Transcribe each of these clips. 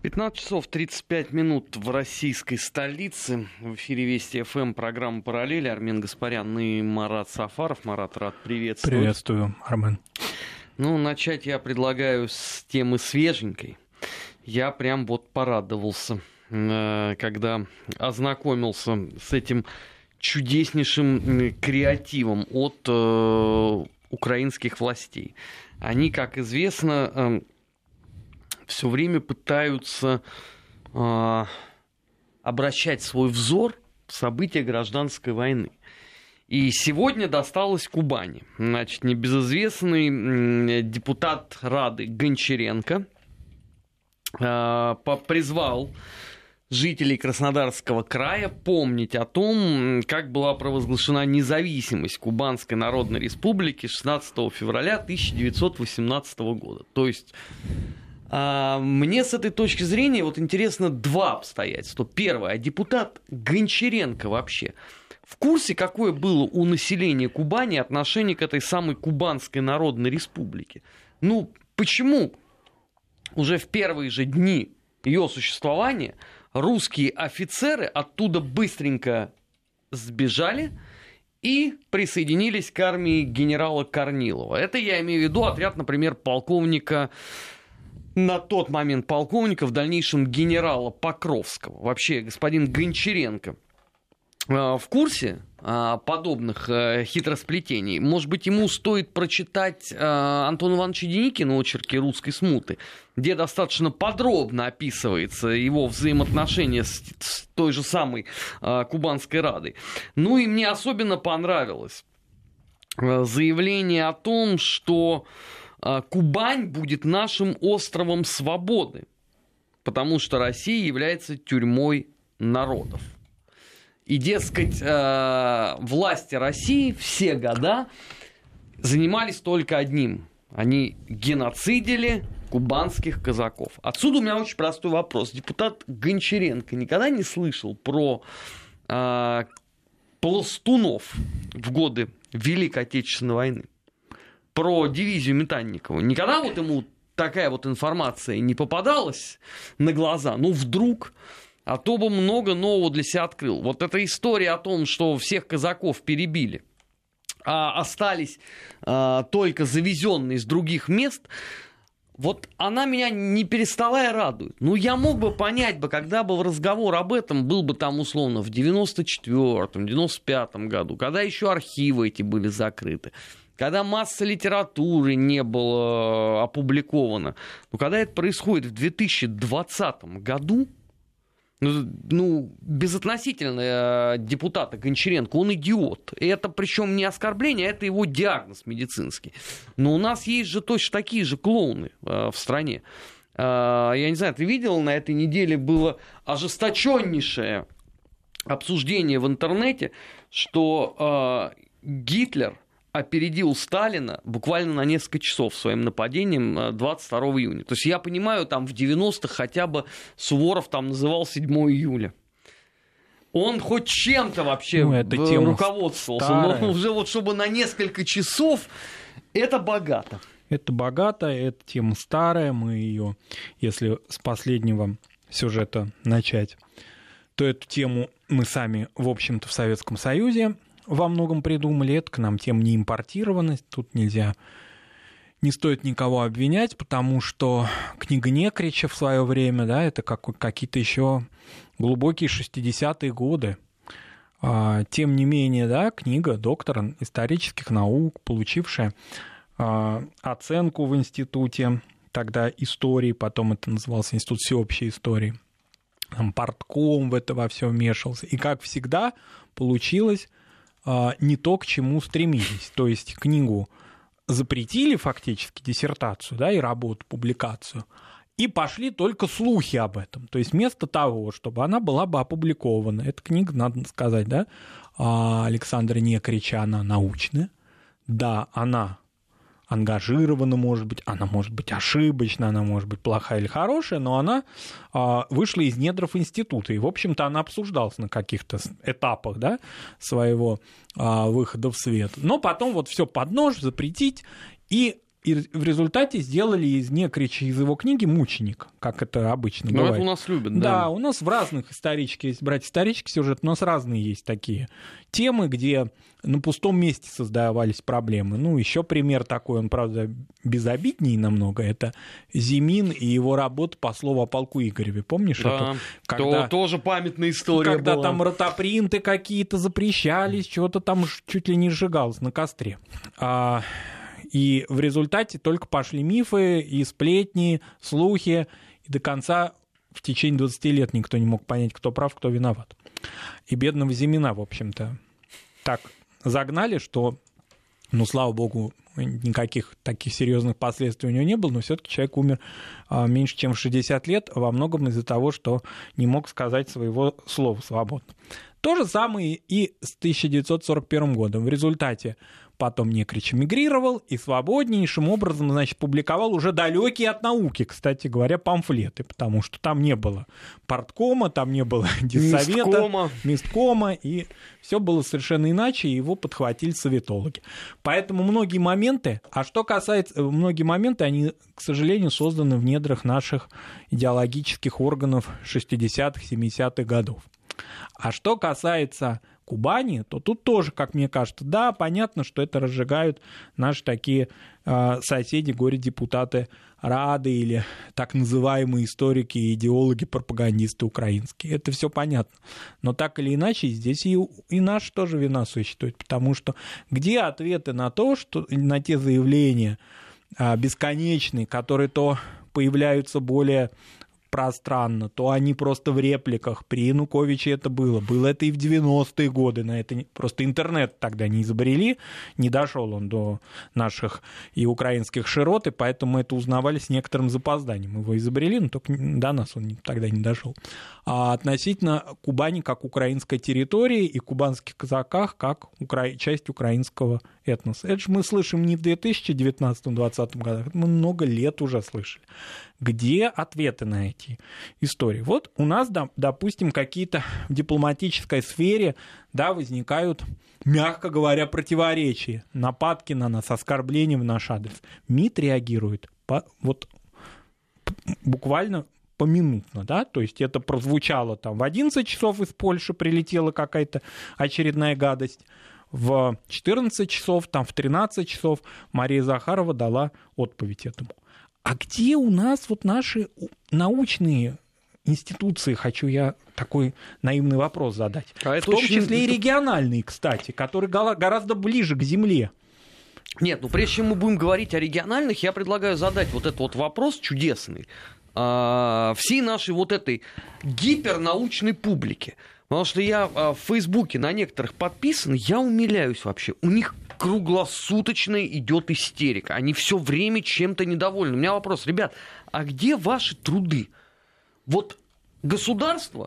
15 часов 35 минут в российской столице. В эфире Вести ФМ, программа «Параллель». Армен Гаспарян и Марат Сафаров. Марат, рад приветствовать. Приветствую, Армен. Начать я предлагаю с темы свеженькой. Я прям порадовался, когда ознакомился с этим чудеснейшим креативом от украинских властей. Они, как известно, все время пытаются обращать свой взор в события гражданской войны. И сегодня досталось Кубани. Значит, небезызвестный депутат Рады Гончаренко призвал жителей Краснодарского края помнить о том, как была провозглашена независимость Кубанской Народной Республики 16 февраля 1918 года. То есть мне с этой точки зрения интересно два обстоятельства. Первое, а депутат Гончаренко вообще в курсе, какое было у населения Кубани отношение к этой самой Кубанской Народной Республике? Почему уже в первые же дни ее существования русские офицеры оттуда быстренько сбежали и присоединились к армии генерала Корнилова? Это я имею в виду отряд, например, на тот момент полковника, в дальнейшем генерала Покровского. Вообще, господин Гончаренко в курсе подобных хитросплетений? Может быть, ему стоит прочитать Антона Ивановича Деникина «Очерки русской смуты», где достаточно подробно описывается его взаимоотношения с той же самой Кубанской Радой. И мне особенно понравилось заявление о том, что Кубань будет нашим островом свободы, потому что Россия является тюрьмой народов. И, дескать, власти России все года занимались только одним. Они геноцидили кубанских казаков. Отсюда у меня очень простой вопрос. Депутат Гончаренко никогда не слышал про пластунов в годы Великой Отечественной войны? Про дивизию Метанникова? Никогда ему такая информация не попадалась на глаза? Вдруг... А то бы много нового для себя открыл. Эта история о том, что всех казаков перебили, а остались только завезенные из других мест, она меня не переставая радует. Я мог бы понять, когда бы разговор об этом был бы условно в 94-м, 95-м году, когда еще архивы эти были закрыты, когда масса литературы не была опубликована. Но когда это происходит в 2020 году, безотносительно депутата Гончаренко, он идиот. И это причем не оскорбление, а это его диагноз медицинский. Но у нас есть же точно такие же клоуны в стране. Я не знаю, ты видел, на этой неделе было ожесточеннейшее обсуждение в интернете, что Гитлер опередил Сталина буквально на несколько часов своим нападением 22 июня. То есть я понимаю, в 90-х хотя бы Суворов называл 7 июля. Он хоть чем-то вообще руководствовался. Но уже чтобы на несколько часов, это богато. Это богато, это тема старая. Мы ее, если с последнего сюжета начать, то эту тему мы сами, в общем-то, в Советском Союзе во многом придумали. Это к нам тема не импортирована. Тут не стоит никого обвинять, потому что книга Некрича в свое время, это какие-то еще глубокие 60-е годы. Тем не менее, книга доктора исторических наук, получившая оценку в институте тогда истории, потом это назывался Институт всеобщей истории. Партком в это во все вмешивался. И, как всегда, получилось не то, к чему стремились. То есть книгу запретили фактически, диссертацию, и работу, публикацию, и пошли только слухи об этом. То есть вместо того, чтобы она была бы опубликована, эта книга, надо сказать, Александра Некрича, она научная, она ангажирована, может быть, она может быть ошибочна, она может быть плохая или хорошая, но она вышла из недров института, и, в общем-то, она обсуждалась на каких-то этапах своего выхода в свет. Но потом все под нож запретить, и и в результате сделали из Некрича, из его книги, мученик, как это обычно бывает. Ну, это у нас любят, да. У нас в разных исторических, если брать исторический сюжет, у нас разные есть такие темы, где на пустом месте создавались проблемы. Ну, еще пример такой, он, правда, безобиднее намного, это Зимин и его работа по слову о полку Игореве. Помнишь да. Когда, тоже памятная история когда была. Там ротопринты какие-то запрещались, что-то там чуть ли не сжигалось на костре. И в результате только пошли мифы и сплетни, слухи, и до конца в течение 20 лет никто не мог понять, кто прав, кто виноват. И бедного Зимина, в общем-то, так загнали, что, ну, слава богу, никаких таких серьезных последствий у него не было, но все-таки человек умер меньше, чем в 60 лет, во многом из-за того, что не мог сказать своего слова свободно. То же самое и с 1941 годом. В результате потом Некрич эмигрировал и свободнейшим образом, значит, публиковал уже далекие от науки, кстати говоря, памфлеты, потому что там не было парткома, там не было диссовета, месткома, и все было совершенно иначе, и его подхватили советологи. Поэтому многие моменты, многие моменты, они, к сожалению, созданы в недрах наших идеологических органов 60-х, 70-х годов. А что касается Кубани, то тут тоже, как мне кажется, да, понятно, что это разжигают наши такие соседи, горе-депутаты Рады или так называемые историки и идеологи, пропагандисты украинские. Это все понятно. Но так или иначе, здесь и наша тоже вина существует, потому что где ответы на то, что на те заявления бесконечные, которые то появляются более пространно, то они просто в репликах. При Януковиче это было. Было это и в 90-е годы. На это просто интернет тогда не изобрели, не дошел он до наших и украинских широт, и поэтому это узнавали с некоторым запозданием. Его изобрели, но только до нас он тогда не дошел. А относительно Кубани как украинской территории и кубанских казаках как часть украинского этноса. Это же мы слышим не в 2019-2020 годах, это мы много лет уже слышали. Где ответы на эти истории? Вот у нас, допустим, какие-то в дипломатической сфере, да, возникают, мягко говоря, противоречия, нападки на нас, оскорбления в наш адрес. МИД реагирует буквально поминутно, да, то есть это прозвучало там в 11 часов из Польши прилетела какая-то очередная гадость, в 14 часов, там в 13 часов Мария Захарова дала отповедь этому. А где у нас вот наши научные институции, хочу я такой наивный вопрос задать, в том числе и региональные, кстати, которые гораздо ближе к земле. Нет, ну прежде чем мы будем говорить о региональных, я предлагаю задать вот этот вот вопрос чудесный всей нашей вот этой гипернаучной публике. Потому что я в Фейсбуке на некоторых подписан, я умиляюсь вообще. У них круглосуточно идет истерика. Они все время чем-то недовольны. У меня вопрос, ребят, а где ваши труды? Вот государство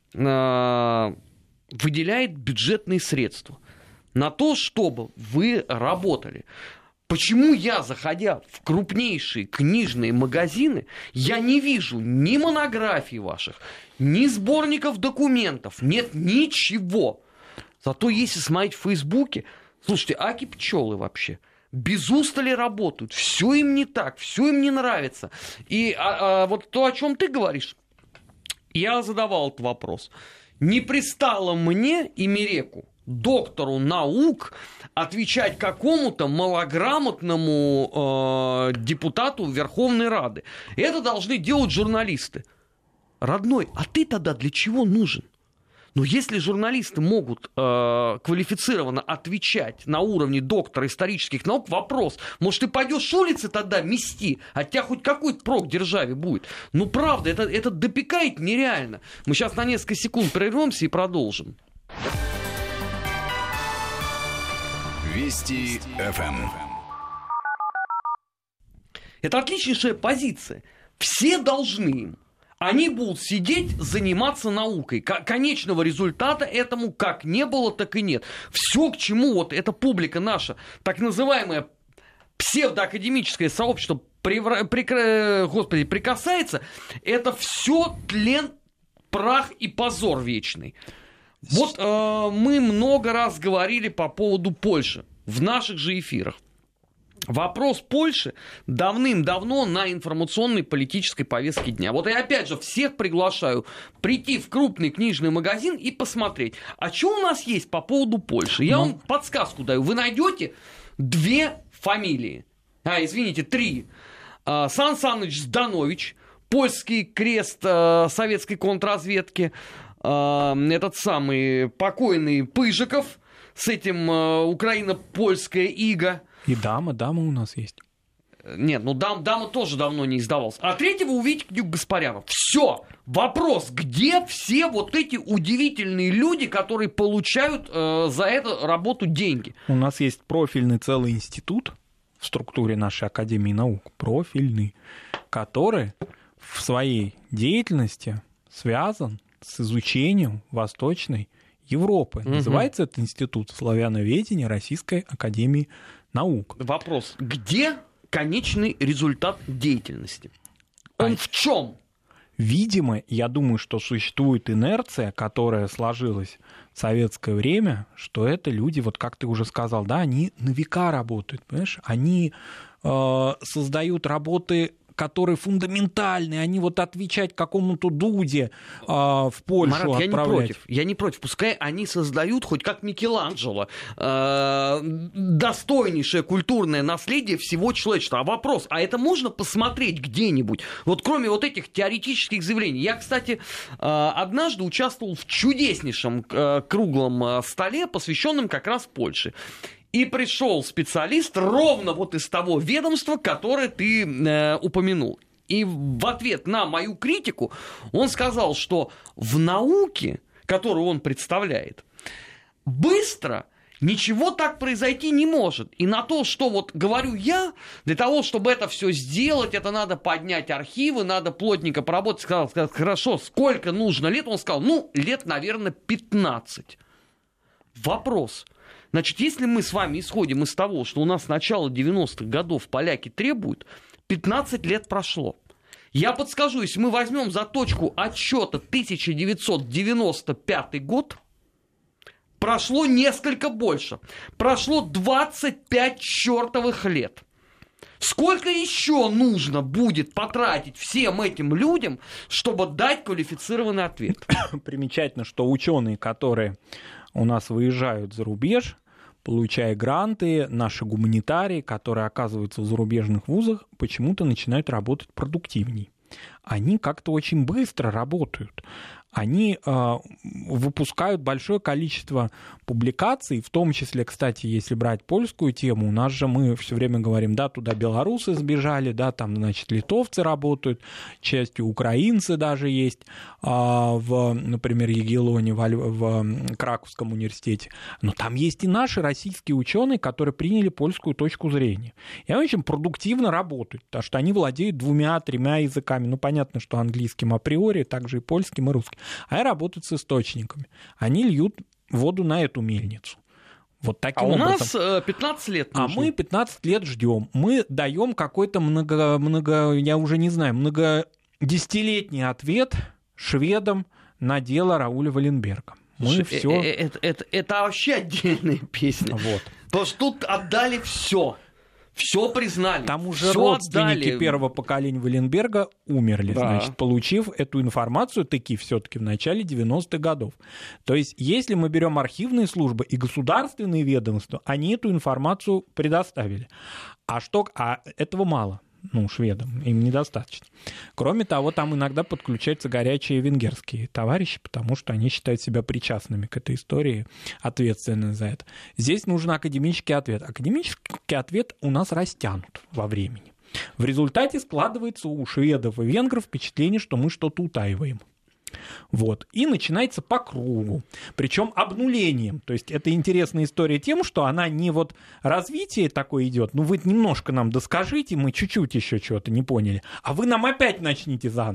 выделяет бюджетные средства на то, чтобы вы работали. Почему я, заходя в крупнейшие книжные магазины, я не вижу ни монографий ваших, ни сборников документов, нет ничего. Зато если смотреть в Фейсбуке, слушайте, аки пчелы вообще, без устали работают, все им не так, все им не нравится. И вот то, о чем ты говоришь, я задавал этот вопрос. Не пристало мне и Миреку, доктору наук, отвечать какому-то малограмотному депутату Верховной Рады. Это должны делать журналисты. Родной, а ты тогда для чего нужен? Но если журналисты могут квалифицированно отвечать на уровне доктора исторических наук, вопрос, может, ты пойдешь с улицы тогда мести, от тебя хоть какой-то прок державе будет? Ну, правда, это допекает нереально. Мы сейчас на несколько секунд прервемся и продолжим. Вести ФМ. Это отличнейшая позиция. Все должны им. Они будут сидеть, заниматься наукой. Конечного результата этому как не было, так и нет. Все, к чему вот эта публика наша, так называемое псевдоакадемическое сообщество прикасается, это все тлен, прах и позор вечный. Вот мы много раз говорили по поводу Польши в наших же эфирах. Вопрос Польши давным-давно на информационной политической повестке дня. Вот я опять же всех приглашаю прийти в крупный книжный магазин и посмотреть, а что у нас есть по поводу Польши. Я вам подсказку даю. Вы найдете 2 фамилии. Извините, 3. Сан Саныч Зданович, польский крест советской контрразведки, этот самый покойный Пыжиков с этим украино-польское иго. И дама у нас есть. Нет, дама тоже давно не издавался. А 3-го увидите книгу Гаспаряна. Все. Вопрос, где все вот эти удивительные люди, которые получают за эту работу деньги? У нас есть профильный целый институт в структуре нашей Академии наук, профильный, который в своей деятельности связан с изучением Восточной Европы. Называется этот институт славяноведения Российской Академии наук. Вопрос, где конечный результат деятельности? Он в чем? Видимо, я думаю, что существует инерция, которая сложилась в советское время, что это люди, вот как ты уже сказал, да, они на века работают, понимаешь? Они создают работы, которые фундаментальные, они вот отвечать какому-то Дуде в Польшу Марат, отправлять. Я не против. Пускай они создают, хоть как Микеланджело, достойнейшее культурное наследие всего человечества. А вопрос, а это можно посмотреть где-нибудь? Вот кроме вот этих теоретических заявлений. Я, кстати, однажды участвовал в чудеснейшем круглом столе, посвященном как раз Польше. И пришел специалист ровно вот из того ведомства, которое ты упомянул. И в ответ на мою критику он сказал, что в науке, которую он представляет, быстро ничего так произойти не может. И на то, что вот говорю я, для того, чтобы это все сделать, это надо поднять архивы, надо плотненько поработать. Сказал, хорошо, сколько нужно лет? Он сказал, лет, наверное, 15. Вопрос. Значит, если мы с вами исходим из того, что у нас с начала 90-х годов поляки требуют, 15 лет прошло. Я подскажу, если мы возьмем за точку отсчета 1995 год, прошло несколько больше. Прошло 25 чертовых лет. Сколько еще нужно будет потратить всем этим людям, чтобы дать квалифицированный ответ? Примечательно, что ученые, которые у нас выезжают за рубеж, получая гранты, наши гуманитарии, которые оказываются в зарубежных вузах, почему-то начинают работать продуктивней. Они как-то очень быстро работают. Они выпускают большое количество публикаций, в том числе, кстати, если брать польскую тему, у нас же мы все время говорим, да, туда белорусы сбежали, да, там, значит, литовцы работают, частью украинцы даже есть в, например, Ягеллоне, в Краковском университете. Но там есть и наши российские ученые, которые приняли польскую точку зрения. И они очень продуктивно работают, потому что они владеют 2-3 языками. Ну, понятно, что английским априори, также и польским, и русским. А они работают с источниками. Они льют воду на эту мельницу. Вот таким образом. У нас 15 лет нужно. А мы 15 лет ждем. Мы даем какой-то я уже не знаю, многодесятилетний ответ шведам на дело Рауля Валенберга. Это вообще отдельная песня. Вот. Потому что тут отдали все. Все признали. Там уже родственники отдали. Первого поколения Валенберга умерли, да. Значит, получив эту информацию таки все-таки в начале 90-х годов. То есть, если мы берем архивные службы и государственные ведомства, они эту информацию предоставили. А этого мало. Шведам, им недостаточно. Кроме того, там иногда подключаются горячие венгерские товарищи, потому что они считают себя причастными к этой истории, ответственны за это. Здесь нужен академический ответ. Академический ответ у нас растянут во времени. В результате складывается у шведов и венгров впечатление, что мы что-то утаиваем. Вот. И начинается по кругу, причем обнулением. То есть это интересная история тем, что она не вот развитие такое идет, вы немножко нам доскажите, мы чуть-чуть еще чего-то не поняли, а вы нам опять начните заново.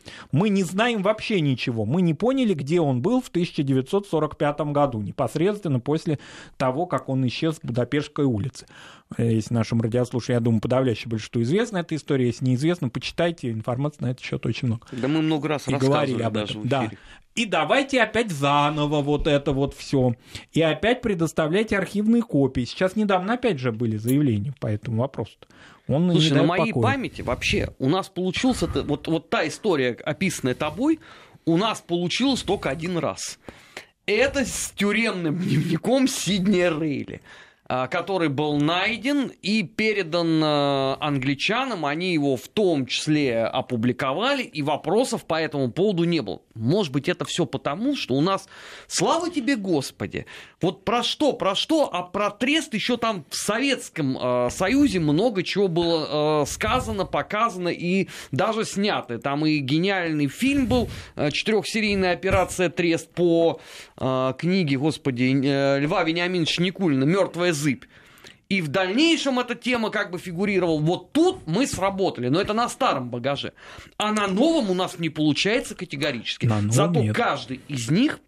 Мы не знаем вообще ничего. Мы не поняли, где он был в 1945 году, непосредственно после того, как он исчез с Будапештской улицы. Если нашим радиослушателям, я думаю, подавляющее большинство известна эта история. Если неизвестно, почитайте, информации на этот счет очень много. Да мы много раз рассказывали об этом. Да. И давайте опять заново вот это вот все. И опять предоставляйте архивные копии. Сейчас недавно опять же были заявления по этому вопросу. Он Слушай, на моей памяти вообще у нас получился вот та история, описанная тобой, у нас получилась только один раз. Это с тюремным дневником Сиднея Рейли, который был найден и передан англичанам, они его в том числе опубликовали, и вопросов по этому поводу не было. Может быть, это все потому, что у нас, слава тебе, Господи, вот про что, а про трест еще там в Советском Союзе много чего было сказано, показано и даже снято. Там и гениальный фильм был, 4-серийная операция «Трест» по книге, Господи, Льва Вениаминовича Никулина «Мертвая зыбь». И в дальнейшем эта тема как бы фигурировала. Вот тут мы сработали, но это на старом багаже. А на новом у нас не получается категорически. Зато нет. Каждый из них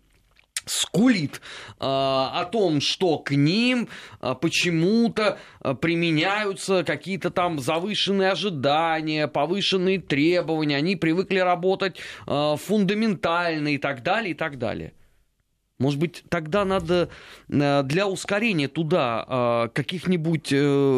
скулит о том, что к ним почему-то применяются какие-то там завышенные ожидания, повышенные требования, они привыкли работать фундаментально и так далее, и так далее. Может быть, тогда надо для ускорения туда каких-нибудь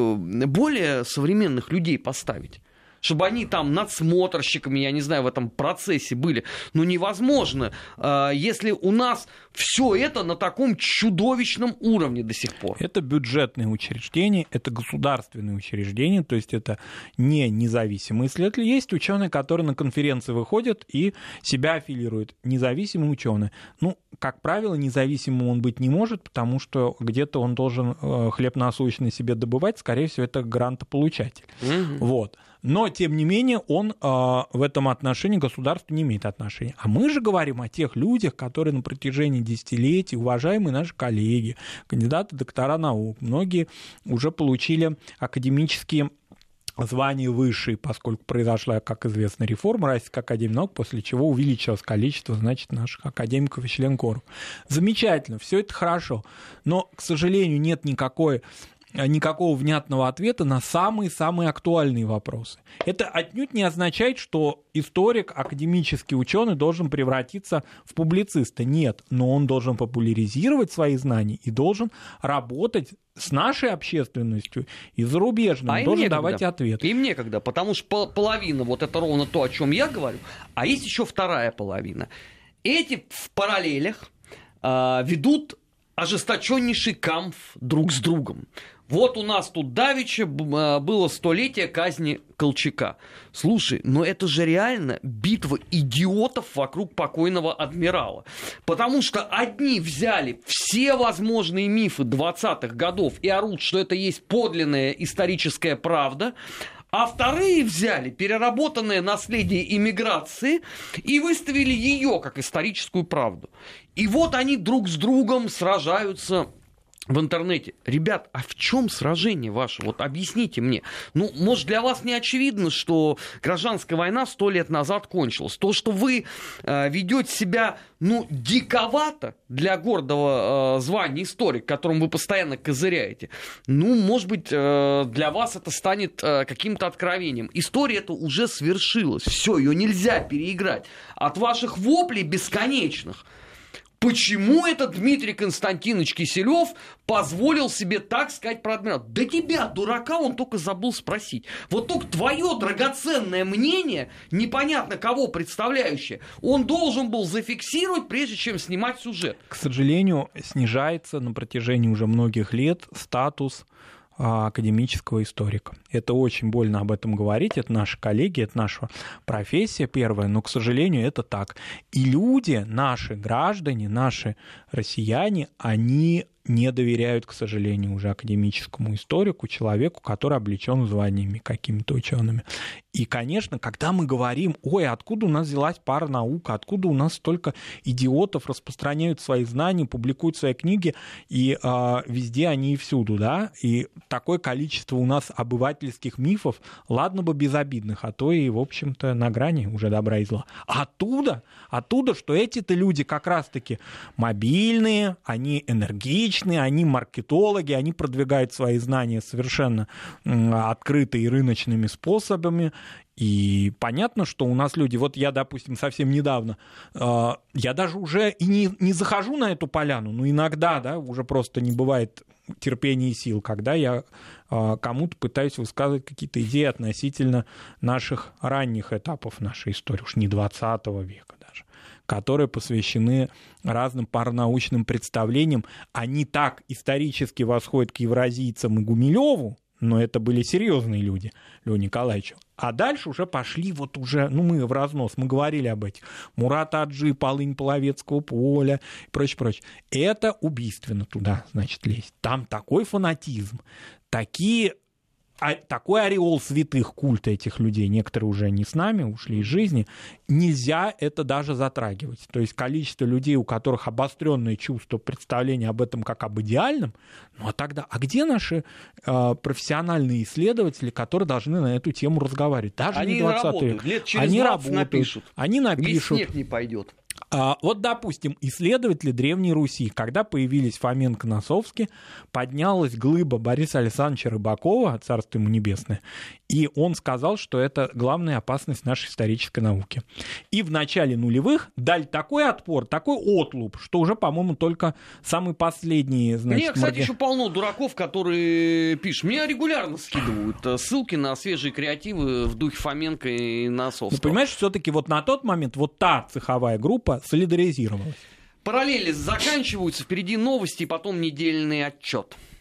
более современных людей поставить, чтобы они там надсмотрщиками, я не знаю, в этом процессе были. Но невозможно, если у нас все это на таком чудовищном уровне до сих пор. Это бюджетные учреждения, это государственные учреждения, то есть это не независимые исследователи. Есть ученые, которые на конференции выходят и себя аффилируют. Независимый ученый. Ну, как правило, независимым он быть не может, потому что где-то он должен хлеб насущный себе добывать, скорее всего, это грантополучатель. Вот. Но, тем не менее, он в этом отношении государству не имеет отношения. А мы же говорим о тех людях, которые на протяжении десятилетий, уважаемые наши коллеги, кандидаты, доктора наук, многие уже получили академические звания высшие, поскольку произошла, как известно, реформа Российской академии наук, после чего увеличилось количество, значит, наших академиков и членкоров. Замечательно, все это хорошо, но, к сожалению, нет никакого внятного ответа на самые-самые актуальные вопросы. Это отнюдь не означает, что историк, академический ученый должен превратиться в публициста. Нет, но он должен популяризировать свои знания и должен работать с нашей общественностью и зарубежной, должен давать ответы. Им некогда, потому что половина, вот это ровно то, о чем я говорю, а есть еще вторая половина. Эти в параллелях ведут ожесточеннейший камф друг с другом. Вот у нас тут давеча было 100-летие казни Колчака. Слушай, но это же реально битва идиотов вокруг покойного адмирала. Потому что одни взяли все возможные мифы 20-х годов и орут, что это есть подлинная историческая правда, а вторые взяли переработанное наследие иммиграции и выставили ее как историческую правду. И вот они друг с другом сражаются в интернете. Ребят, а в чем сражение ваше? Вот объясните мне. Ну, может, для вас не очевидно, что гражданская война 100 лет назад кончилась. То, что вы ведете себя, диковато для гордого звания историк, которым вы постоянно козыряете, может быть, для вас это станет каким-то откровением. История эта уже свершилась. Все, ее нельзя переиграть. От ваших воплей бесконечных. Почему этот Дмитрий Константинович Киселев позволил себе так сказать про адмирала? Да тебя, дурака, он только забыл спросить. Вот только твое драгоценное мнение, непонятно кого представляющее, он должен был зафиксировать, прежде чем снимать сюжет. К сожалению, снижается на протяжении уже многих лет статус академического историка. Это очень больно об этом говорить, это наши коллеги, это наша профессия первая, но, к сожалению, это так. И люди, наши граждане, наши россияне, они не доверяют, к сожалению, уже академическому историку, человеку, который облечен званиями какими-то учеными. И, конечно, когда мы говорим, ой, откуда у нас взялась паранаука, откуда у нас столько идиотов распространяют свои знания, публикуют свои книги, и везде они и всюду, да, и такое количество у нас обывательских мифов, ладно бы безобидных, а то и, в общем-то, на грани уже добра и зла. Оттуда, что эти-то люди как раз-таки мобильные, они энергичные, они маркетологи, они продвигают свои знания совершенно открыто и рыночными способами. И понятно, что у нас люди, вот я, допустим, совсем недавно, я даже уже и не захожу на эту поляну, но иногда, да, уже просто не бывает терпения и сил, когда я кому-то пытаюсь высказывать какие-то идеи относительно наших ранних этапов нашей истории, уж не 20 века даже, которые посвящены разным паранаучным представлениям. Они так исторически восходят к евразийцам и Гумилеву, но это были серьезные люди, Льву Николаевичу. А дальше уже пошли вот уже, ну мы в разнос, мы говорили об этих. Мурат Аджи, полынь Половецкого поля и прочее. Это убийственно туда, значит, лезть. Там такой фанатизм, такой ореол святых культа этих людей, некоторые уже не с нами, ушли из жизни, нельзя это даже затрагивать. То есть количество людей, у которых обостренное чувство, представление об этом как об идеальном, ну а тогда, а где наши профессиональные исследователи, которые должны на эту тему разговаривать? Даже они не 20 век. Лет через 20 напишут. Они напишут. И снег не пойдет. Вот, допустим, исследователи Древней Руси, когда появились Фоменко-Носовский, поднялась глыба Бориса Александровича Рыбакова, царство ему небесное, и он сказал, что это главная опасность нашей исторической науки. И в начале нулевых дали такой отпор, такой отлуп, что уже, по-моему, только самые последние, значит... Мне, кстати, еще полно дураков, которые пишут. Меня регулярно скидывают ссылки на свежие креативы в духе Фоменко и Носовского. Ну, понимаешь, все-таки вот на тот момент вот та цеховая группа солидаризировалась. Параллели заканчиваются, впереди новости и потом недельный отчет.